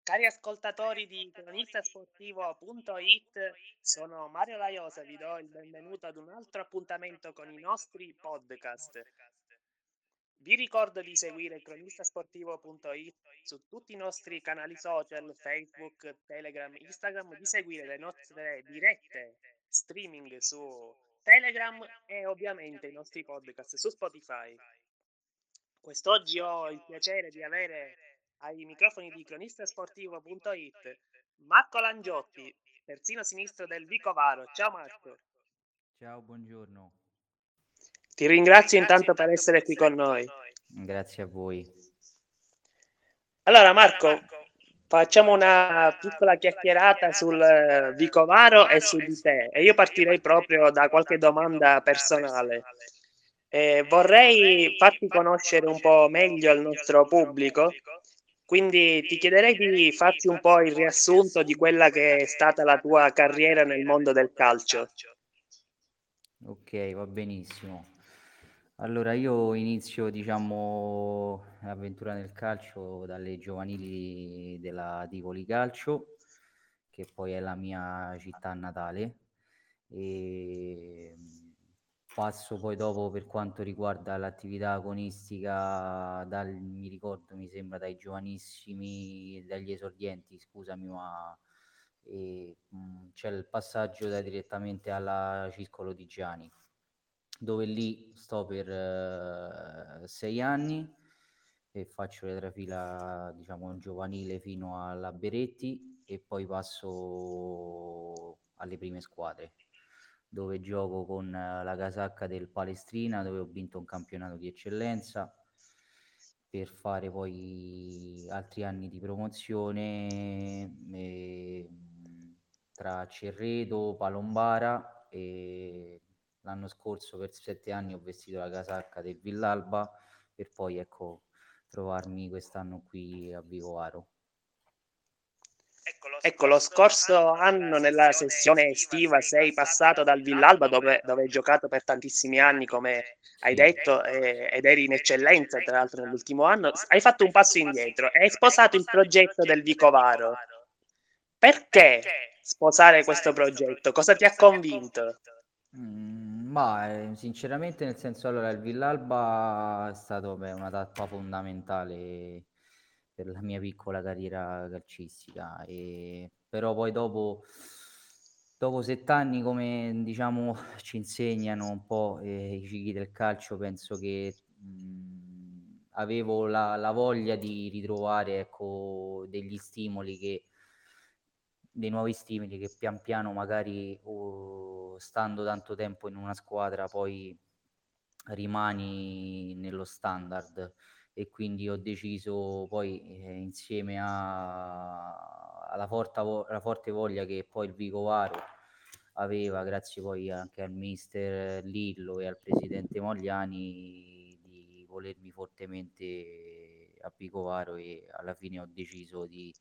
Cari ascoltatori di cronistasportivo.it, sono Mario Laiosa, vi do il benvenuto ad un altro appuntamento con i nostri podcast. Vi ricordo di seguire cronistasportivo.it su tutti i nostri canali social, Facebook, Telegram, Instagram, di seguire le nostre dirette streaming su Telegram e ovviamente i nostri podcast su Spotify. Quest'oggi ho il piacere di avere ai microfoni di cronistasportivo.it Marco Langiotti, terzino sinistro del Vicovaro. Ciao Marco. Ciao, buongiorno. Ti ringrazio intanto per essere qui con noi. Grazie a voi. Allora Marco, facciamo una piccola chiacchierata sul Vicovaro e su di te e io partirei proprio da qualche domanda personale. Vorrei farti conoscere un po' meglio il nostro pubblico, quindi ti chiederei di farci un po' il riassunto di quella che è stata la tua carriera nel mondo del calcio. Ok, va benissimo. Allora, io inizio, l'avventura nel calcio dalle giovanili della Tivoli Calcio, che poi è la mia città natale, e passo poi dopo per quanto riguarda l'attività agonistica, mi ricordo, mi sembra, dai giovanissimi, dagli esordienti, scusami, ma c'è il passaggio direttamente alla Circolo di Giani, dove lì sto per 6 anni e faccio le trafila, diciamo, giovanile fino alla Beretti e poi passo alle prime squadre, dove gioco con la casacca del Palestrina, dove ho vinto un campionato di eccellenza, per fare poi altri anni di promozione tra Cerreto, Palombara, e l'anno scorso per 7 anni ho vestito la casacca del Villalba per poi, ecco, trovarmi quest'anno qui a Vicovaro. Ecco, lo scorso anno nella sessione estiva sei passato dal Villalba dove hai giocato per tantissimi anni, come hai Sì. detto, ed eri in eccellenza, tra l'altro nell'ultimo anno. Hai fatto un passo indietro e hai sposato il progetto del Vicovaro. Perché sposare questo progetto? Cosa ti ha convinto? Sinceramente, nel senso, allora, il Villalba è stato, una tappa fondamentale per la mia piccola carriera calcistica, però poi dopo 7 anni, come diciamo ci insegnano un po' i cicli del calcio, penso che avevo la voglia di ritrovare, ecco, dei nuovi stimoli che pian piano, magari, stando tanto tempo in una squadra, poi rimani nello standard, e quindi ho deciso poi, insieme alla forte voglia che poi il Vicovaro aveva, grazie poi anche al mister Lillo e al presidente Mogliani, di volermi fortemente a Vicovaro, e alla fine ho deciso di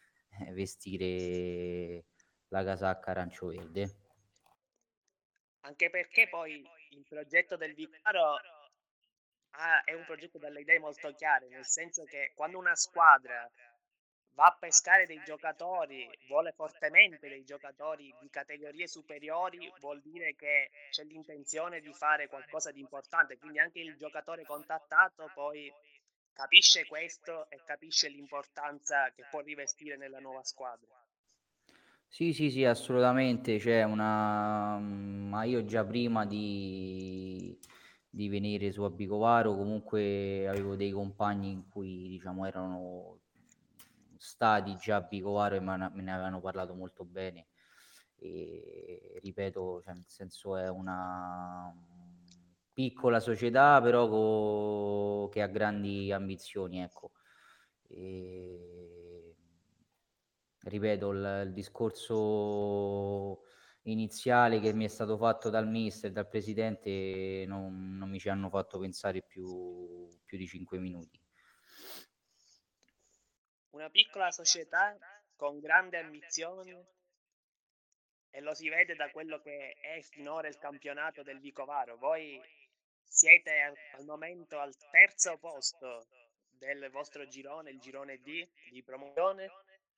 vestire la casacca arancio-verde. Anche perché poi il progetto del Vicovaro è un progetto dalle idee molto chiare, nel senso che quando una squadra va a pescare dei giocatori, vuole fortemente dei giocatori di categorie superiori, vuol dire che c'è l'intenzione di fare qualcosa di importante, quindi anche il giocatore contattato poi capisce questo e capisce l'importanza che può rivestire nella nuova squadra. Sì, sì, sì, assolutamente. Ma io già prima di venire su a Vicovaro, comunque avevo dei compagni in cui, diciamo, erano stati già a Vicovaro e me ne avevano parlato molto bene. E ripeto, cioè, nel senso, è una piccola società, però che ha grandi ambizioni, ecco. E ripeto, il discorso iniziale che mi è stato fatto dal mister e dal presidente non mi ci hanno fatto pensare più di 5 minuti. Una piccola società con grandi ambizioni e lo si vede da quello che è finora il campionato del Vicovaro. Voi siete al momento al terzo posto del vostro girone, il girone D di promozione,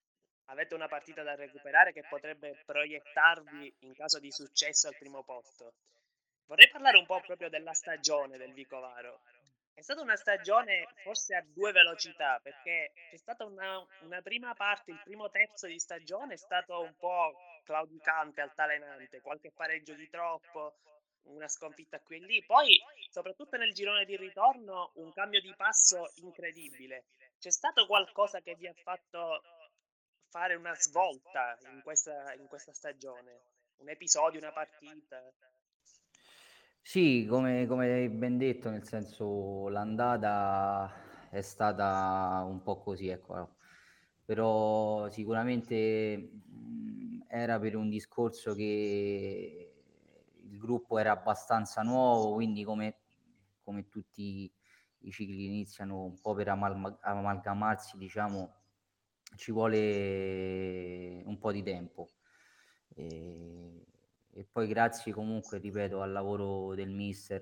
avete una partita da recuperare che potrebbe proiettarvi in caso di successo al primo posto. Vorrei parlare un po' proprio della stagione del Vicovaro. È stata una stagione forse a due velocità, perché c'è stata una prima parte, il primo terzo di stagione è stato un po' claudicante, altalenante, qualche pareggio di troppo, una sconfitta qui e lì. Poi, soprattutto nel girone di ritorno, un cambio di passo incredibile. C'è stato qualcosa che vi ha fatto fare una svolta in questa stagione? Un episodio, una partita? Sì, come hai ben detto, nel senso l'andata è stata un po' così, ecco, però sicuramente era per un discorso che il gruppo era abbastanza nuovo, quindi come tutti i cicli iniziano un po' per amalgamarsi, diciamo, ci vuole un po' di tempo. E, e poi grazie comunque, ripeto, al lavoro del mister,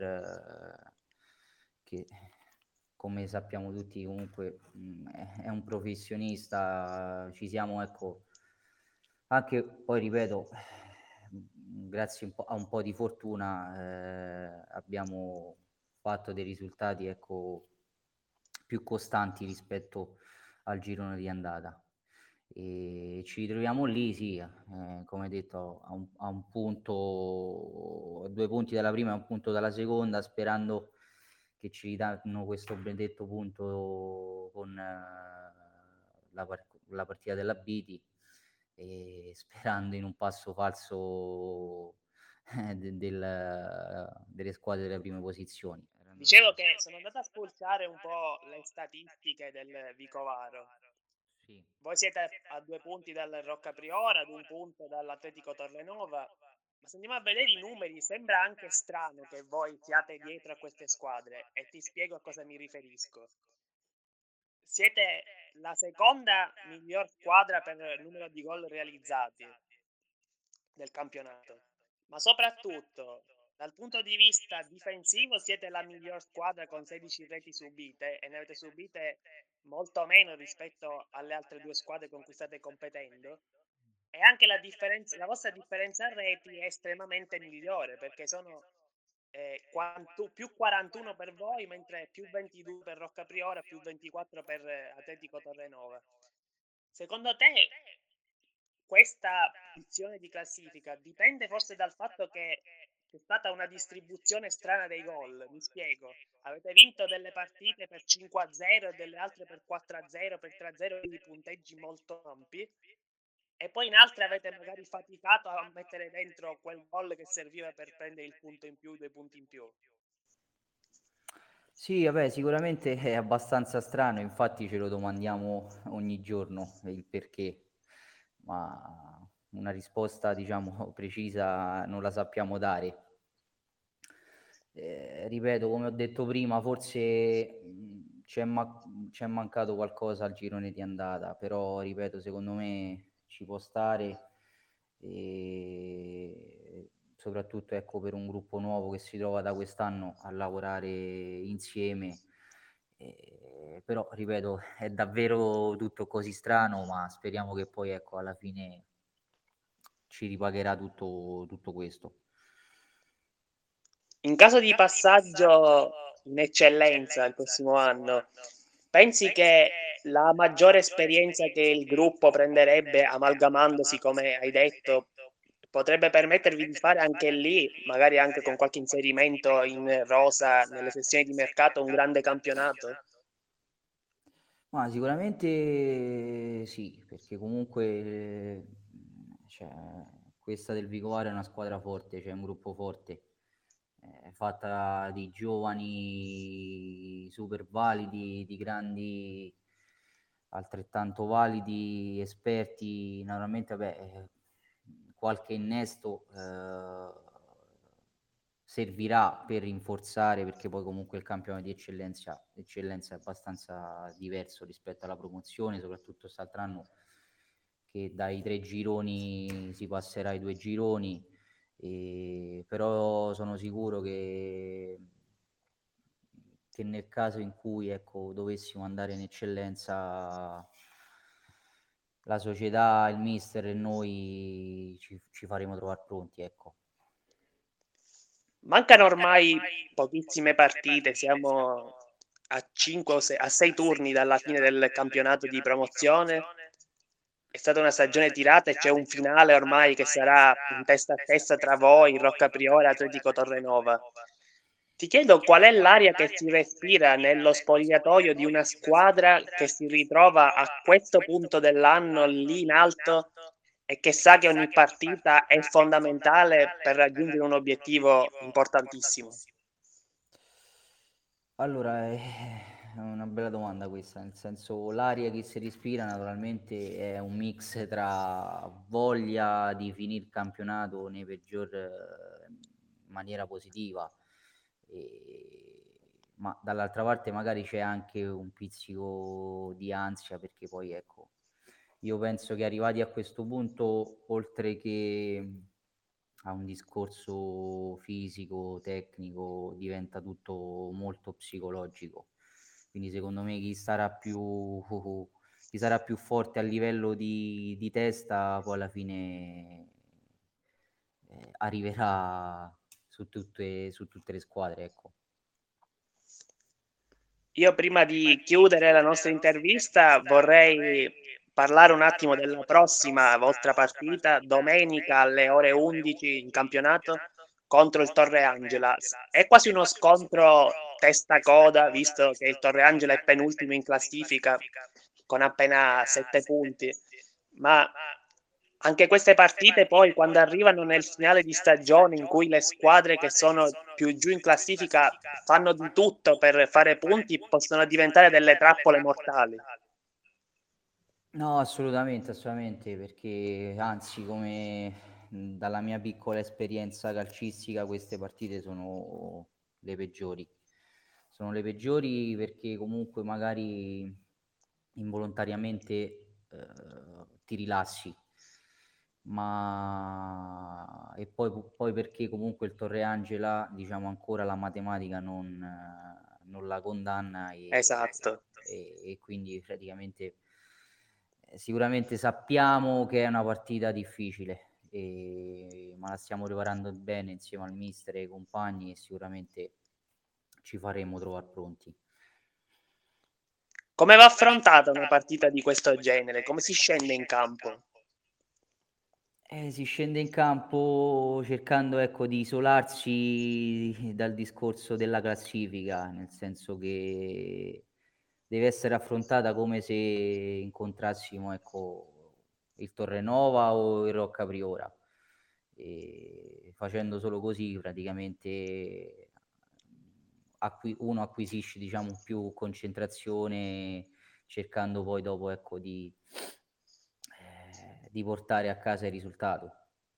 che come sappiamo tutti comunque è un professionista, ci siamo, ecco, anche poi ripeto, grazie a un po' di fortuna, abbiamo fatto dei risultati, ecco, più costanti rispetto al girone di andata. E ci ritroviamo lì, sì, come detto, a un punto, a 2 punti dalla prima e a un punto dalla seconda, sperando che ci danno questo benedetto punto con la partita della Biti, e sperando in un passo falso delle squadre delle prime posizioni. Dicevo che sono andato a spulciare un po' le statistiche del Vicovaro. Sì. Voi siete a 2 punti dal Rocca Priora, ad un punto dall'Atletico Torrenova, ma se andiamo a vedere i numeri sembra anche strano che voi siate dietro a queste squadre e ti spiego a cosa mi riferisco. Siete la seconda miglior squadra per numero di gol realizzati del campionato, ma soprattutto dal punto di vista difensivo siete la miglior squadra con 16 reti subite e ne avete subite molto meno rispetto alle altre due squadre con cui state competendo. E anche la vostra differenza a reti è estremamente migliore perché sono più 41 per voi, mentre più 22 per Rocca Priora, più 24 per Atletico Torrenova. Secondo te questa posizione di classifica dipende forse dal fatto che c'è stata una distribuzione strana dei gol? Mi spiego. Avete vinto delle partite per 5-0 e delle altre per 4-0, per 3-0, quindi punteggi molto ampi. E poi in altre avete magari faticato a mettere dentro quel gol che serviva per prendere il punto in più, 2 punti in più. Sì, vabbè, sicuramente è abbastanza strano, infatti ce lo domandiamo ogni giorno il perché, ma una risposta, diciamo, precisa non la sappiamo dare. Ripeto, come ho detto prima, forse c'è mancato qualcosa al girone di andata, però ripeto, secondo me ci può stare, e soprattutto ecco, per un gruppo nuovo che si trova da quest'anno a lavorare insieme. Però ripeto, è davvero tutto così strano, ma speriamo che poi ecco, alla fine ci ripagherà tutto questo. In caso di passaggio in eccellenza il prossimo anno, pensi che la maggiore esperienza che il gruppo prenderebbe amalgamandosi, come hai detto, potrebbe permettervi di fare anche lì, magari anche con qualche inserimento in rosa nelle sessioni di mercato, un grande campionato? Ma sicuramente sì, perché comunque cioè, questa del Vicovaro è una squadra forte, c'è un gruppo forte, è fatta di giovani super validi, di grandi altrettanto validi, esperti, naturalmente vabbè, qualche innesto servirà per rinforzare, perché poi comunque il campionato di eccellenza è abbastanza diverso rispetto alla promozione, soprattutto quest'altro anno che dai 3 gironi si passerà ai 2 gironi, però sono sicuro che nel caso in cui ecco, dovessimo andare in eccellenza, la società, il mister e noi ci faremo trovare pronti, ecco. Mancano ormai pochissime partite, siamo a 5 o 6, a 6 turni dalla fine del campionato di promozione. È stata una stagione tirata e c'è un finale ormai che sarà in testa a testa tra voi, Rocca Priora e Atletico Torrenova. Ti chiedo qual è l'aria che si respira nello spogliatoio di una squadra che si ritrova a questo punto dell'anno lì in alto e che sa che ogni partita è fondamentale per raggiungere un obiettivo importantissimo. Allora, è una bella domanda questa, nel senso l'aria che si respira naturalmente è un mix tra voglia di finire il campionato nei peggior maniera positiva, ma dall'altra parte magari c'è anche un pizzico di ansia perché poi ecco, io penso che arrivati a questo punto, oltre che a un discorso fisico, tecnico, diventa tutto molto psicologico. Quindi secondo me chi sarà più forte a livello di testa poi alla fine arriverà su tutte le squadre, ecco. Io prima di chiudere la nostra intervista vorrei parlare un attimo della prossima vostra partita, domenica alle ore 11 in campionato contro il Torre Angela. È quasi uno scontro testa-coda, visto che il Torre Angela è penultimo in classifica con appena 7 punti, ma anche queste partite poi quando arrivano nel finale di stagione in cui le squadre che sono più giù in classifica fanno di tutto per fare punti, possono diventare delle trappole mortali. No, assolutamente, assolutamente, perché anzi, come dalla mia piccola esperienza calcistica, queste partite sono le peggiori. Sono le peggiori perché comunque magari involontariamente ti rilassi, ma e poi perché comunque il Torre Angela, diciamo ancora la matematica non la condanna Esatto. e quindi praticamente sicuramente sappiamo che è una partita difficile, ma la stiamo preparando bene insieme al mister e ai compagni e sicuramente ci faremo trovar pronti. Come va affrontata una partita di questo genere? Come si scende in campo? Si scende in campo cercando, ecco, di isolarsi dal discorso della classifica, nel senso che deve essere affrontata come se incontrassimo, ecco, il Torrenova o il Roccapriora. Facendo solo così praticamente uno acquisisce, diciamo, più concentrazione, cercando poi dopo, ecco, di portare a casa il risultato.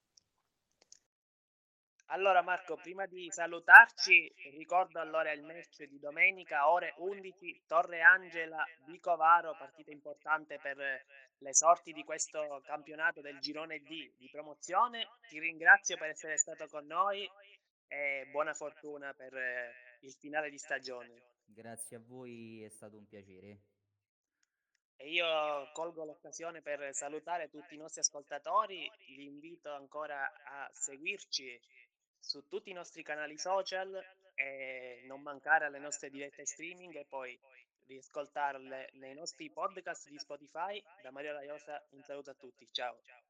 Allora Marco, prima di salutarci, ricordo allora il match di domenica, ore 11, Torre Angela, Vicovaro, partita importante per le sorti di questo campionato del girone D di promozione. Ti ringrazio per essere stato con noi e buona fortuna per il finale di stagione. Grazie a voi, è stato un piacere. E io colgo l'occasione per salutare tutti i nostri ascoltatori, li invito ancora a seguirci su tutti i nostri canali social e non mancare alle nostre dirette streaming e poi riascoltarle nei nostri podcast di Spotify. Da Mario Raiosa un saluto a tutti, ciao.